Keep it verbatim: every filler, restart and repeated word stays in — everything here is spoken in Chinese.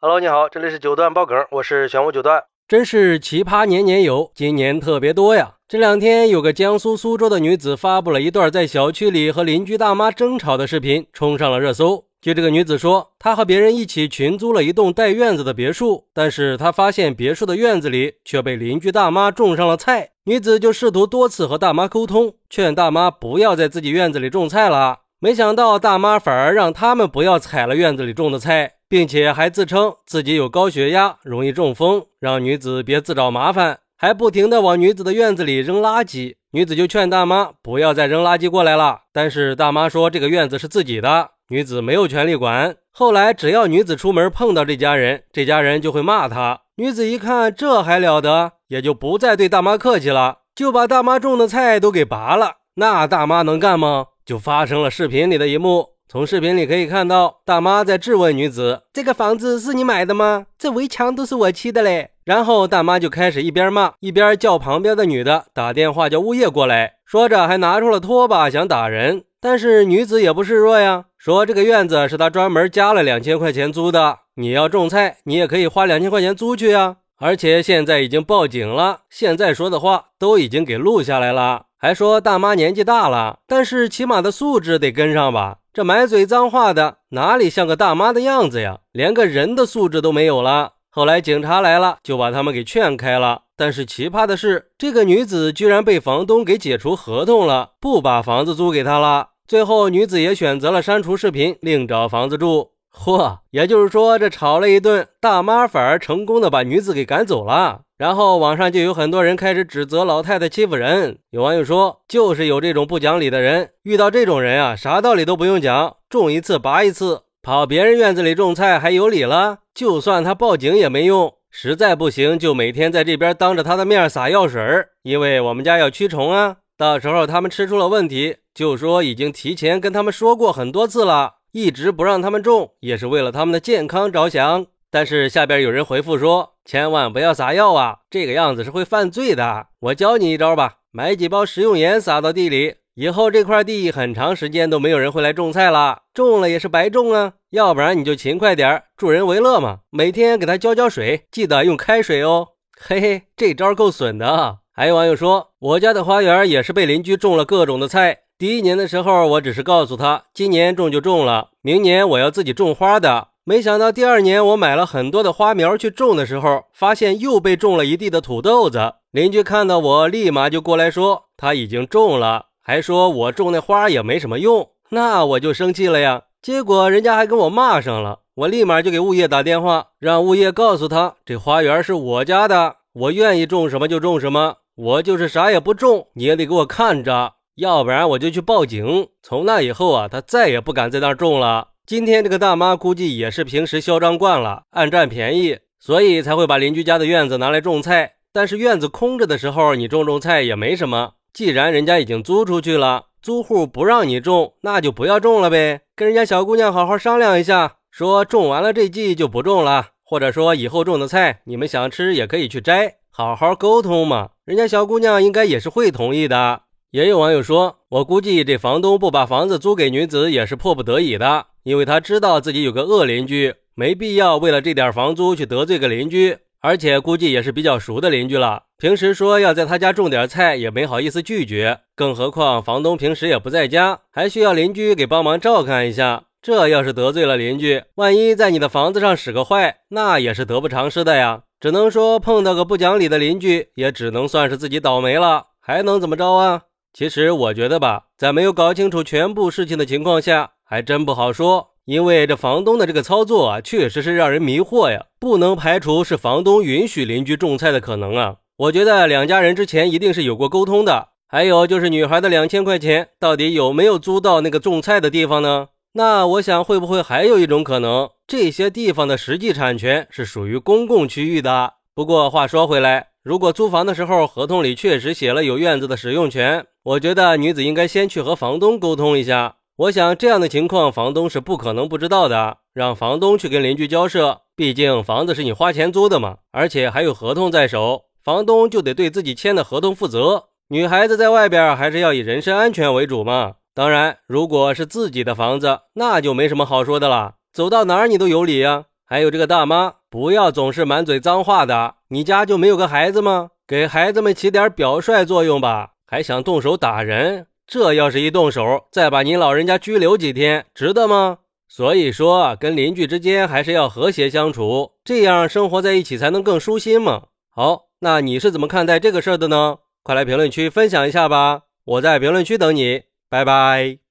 Hello， 你好，这里是九段爆梗，我是玄武九段。真是奇葩年年有，今年特别多呀。这两天有个江苏苏州的女子发布了一段在小区里和邻居大妈争吵的视频，冲上了热搜。据这个女子说，她和别人一起群租了一栋带院子的别墅，但是她发现别墅的院子里却被邻居大妈种上了菜。女子就试图多次和大妈沟通，劝大妈不要在自己院子里种菜了。没想到大妈反而让他们不要采了院子里种的菜，并且还自称自己有高血压，容易中风，让女子别自找麻烦，还不停地往女子的院子里扔垃圾。女子就劝大妈不要再扔垃圾过来了，但是大妈说这个院子是自己的，女子没有权利管。后来只要女子出门碰到这家人，这家人就会骂她。女子一看这还了得，也就不再对大妈客气了，就把大妈种的菜都给拔了。那大妈能干吗？就发生了视频里的一幕。从视频里可以看到，大妈在质问女子，这个房子是你买的吗？这围墙都是我砌的嘞。然后大妈就开始一边骂一边叫旁边的女的打电话叫物业过来，说着还拿出了拖把想打人。但是女子也不示弱呀，说这个院子是她专门加了两千块钱租的，你要种菜你也可以花两千块钱租去啊，而且现在已经报警了，现在说的话都已经给录下来了。还说大妈年纪大了，但是起码的素质得跟上吧，这满嘴脏话的哪里像个大妈的样子呀，连个人的素质都没有了。后来警察来了，就把他们给劝开了。但是奇葩的是，这个女子居然被房东给解除合同了，不把房子租给她了。最后女子也选择了删除视频，另找房子住。嚯，也就是说这吵了一顿，大妈反而成功的把女子给赶走了。然后网上就有很多人开始指责老太太欺负人。有网友说，就是有这种不讲理的人，遇到这种人啊，啥道理都不用讲，种一次拔一次，跑别人院子里种菜还有理了？就算他报警也没用，实在不行就每天在这边当着他的面撒药水，因为我们家要驱虫啊，到时候他们吃出了问题，就说已经提前跟他们说过很多次了，一直不让他们种，也是为了他们的健康着想。但是下边有人回复说，千万不要撒药啊，这个样子是会犯罪的。我教你一招吧，买几包食用盐撒到地里，以后这块地很长时间都没有人会来种菜了，种了也是白种啊，要不然你就勤快点，助人为乐嘛，每天给它浇浇水，记得用开水哦。嘿嘿，这招够损的啊。还有网友说，我家的花园也是被邻居种了各种的菜，第一年的时候我只是告诉他今年种就种了，明年我要自己种花的，没想到第二年我买了很多的花苗去种的时候，发现又被种了一地的土豆子。邻居看到我立马就过来说他已经种了，还说我种那花也没什么用，那我就生气了呀。结果人家还跟我骂上了，我立马就给物业打电话，让物业告诉他这花园是我家的，我愿意种什么就种什么，我就是啥也不种你也得给我看着，要不然我就去报警。从那以后啊，他再也不敢在那儿种了。今天这个大妈估计也是平时嚣张惯了，爱占便宜，所以才会把邻居家的院子拿来种菜。但是院子空着的时候你种种菜也没什么，既然人家已经租出去了，租户不让你种，那就不要种了呗，跟人家小姑娘好好商量一下，说种完了这季就不种了，或者说以后种的菜你们想吃也可以去摘，好好沟通嘛，人家小姑娘应该也是会同意的。也有网友说，我估计这房东不把房子租给女子也是迫不得已的，因为他知道自己有个恶邻居，没必要为了这点房租去得罪个邻居，而且估计也是比较熟的邻居了，平时说要在他家种点菜也没好意思拒绝，更何况房东平时也不在家，还需要邻居给帮忙照看一下，这要是得罪了邻居，万一在你的房子上使个坏，那也是得不偿失的呀。只能说碰到个不讲理的邻居，也只能算是自己倒霉了，还能怎么着啊？其实我觉得吧，在没有搞清楚全部事情的情况下，还真不好说，因为这房东的这个操作啊，确实是让人迷惑呀，不能排除是房东允许邻居种菜的可能啊。我觉得两家人之前一定是有过沟通的。还有就是女孩的两千块钱到底有没有租到那个种菜的地方呢？那我想会不会还有一种可能，这些地方的实际产权是属于公共区域的。不过话说回来，如果租房的时候合同里确实写了有院子的使用权，我觉得女子应该先去和房东沟通一下。我想这样的情况房东是不可能不知道的，让房东去跟邻居交涉，毕竟房子是你花钱租的嘛，而且还有合同在手，房东就得对自己签的合同负责。女孩子在外边还是要以人身安全为主嘛。当然如果是自己的房子，那就没什么好说的了，走到哪儿你都有理呀。 还有这个大妈，不要总是满嘴脏话的，你家就没有个孩子吗？给孩子们起点表率作用吧，还想动手打人，这要是一动手，再把您老人家拘留几天，值得吗？所以说，跟邻居之间还是要和谐相处，这样生活在一起才能更舒心嘛。好，那你是怎么看待这个事儿的呢？快来评论区分享一下吧，我在评论区等你，拜拜。